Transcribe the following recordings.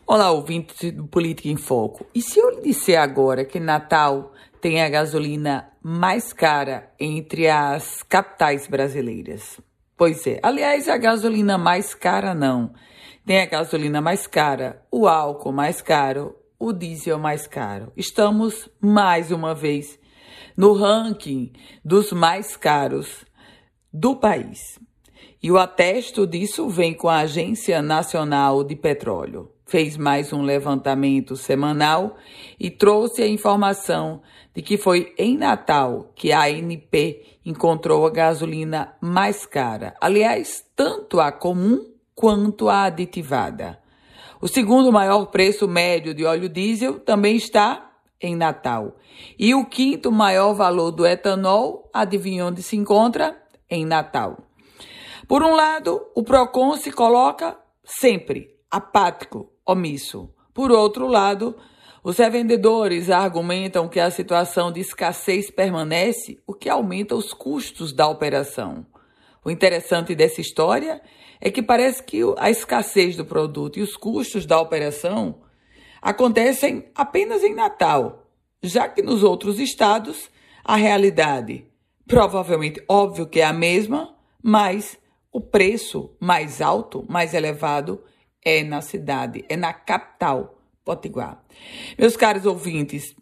Olá, ouvinte do Política em Foco. E se eu lhe disser agora que Natal tem a gasolina mais cara entre as capitais brasileiras? Pois é. Aliás, a gasolina mais cara não. Tem a gasolina mais cara, o álcool mais caro, o diesel mais caro. Estamos, mais uma vez, no ranking dos mais caros do país. E o atesto disso vem com a Agência Nacional de Petróleo. Fez mais um levantamento semanal e trouxe a informação de que foi em Natal que a ANP encontrou a gasolina mais cara. Aliás, tanto a comum quanto a aditivada. O segundo maior preço médio de óleo diesel também está em Natal. E o quinto maior valor do etanol, adivinha onde se encontra? Em Natal. Por um lado, o PROCON se coloca sempre apático, omisso. Por outro lado, os revendedores argumentam que a situação de escassez permanece, o que aumenta os custos da operação. O interessante dessa história é que parece que a escassez do produto e os custos da operação acontecem apenas em Natal, já que nos outros estados a realidade, provavelmente, óbvio que é a mesma, mas o preço mais alto, mais elevado, é na cidade, é na capital, Potiguar. Meus caros ouvintes,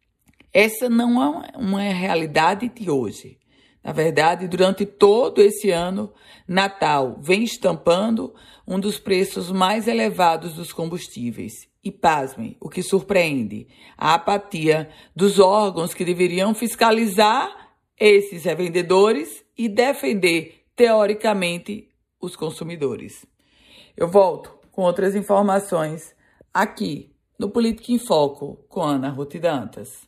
essa não é uma realidade de hoje. Na verdade, durante todo esse ano, Natal vem estampando um dos preços mais elevados dos combustíveis. E pasmem, o que surpreende, a apatia dos órgãos que deveriam fiscalizar esses revendedores e defender, teoricamente, os consumidores. Eu volto com outras informações aqui no Política em Foco com Ana Ruth Dantas.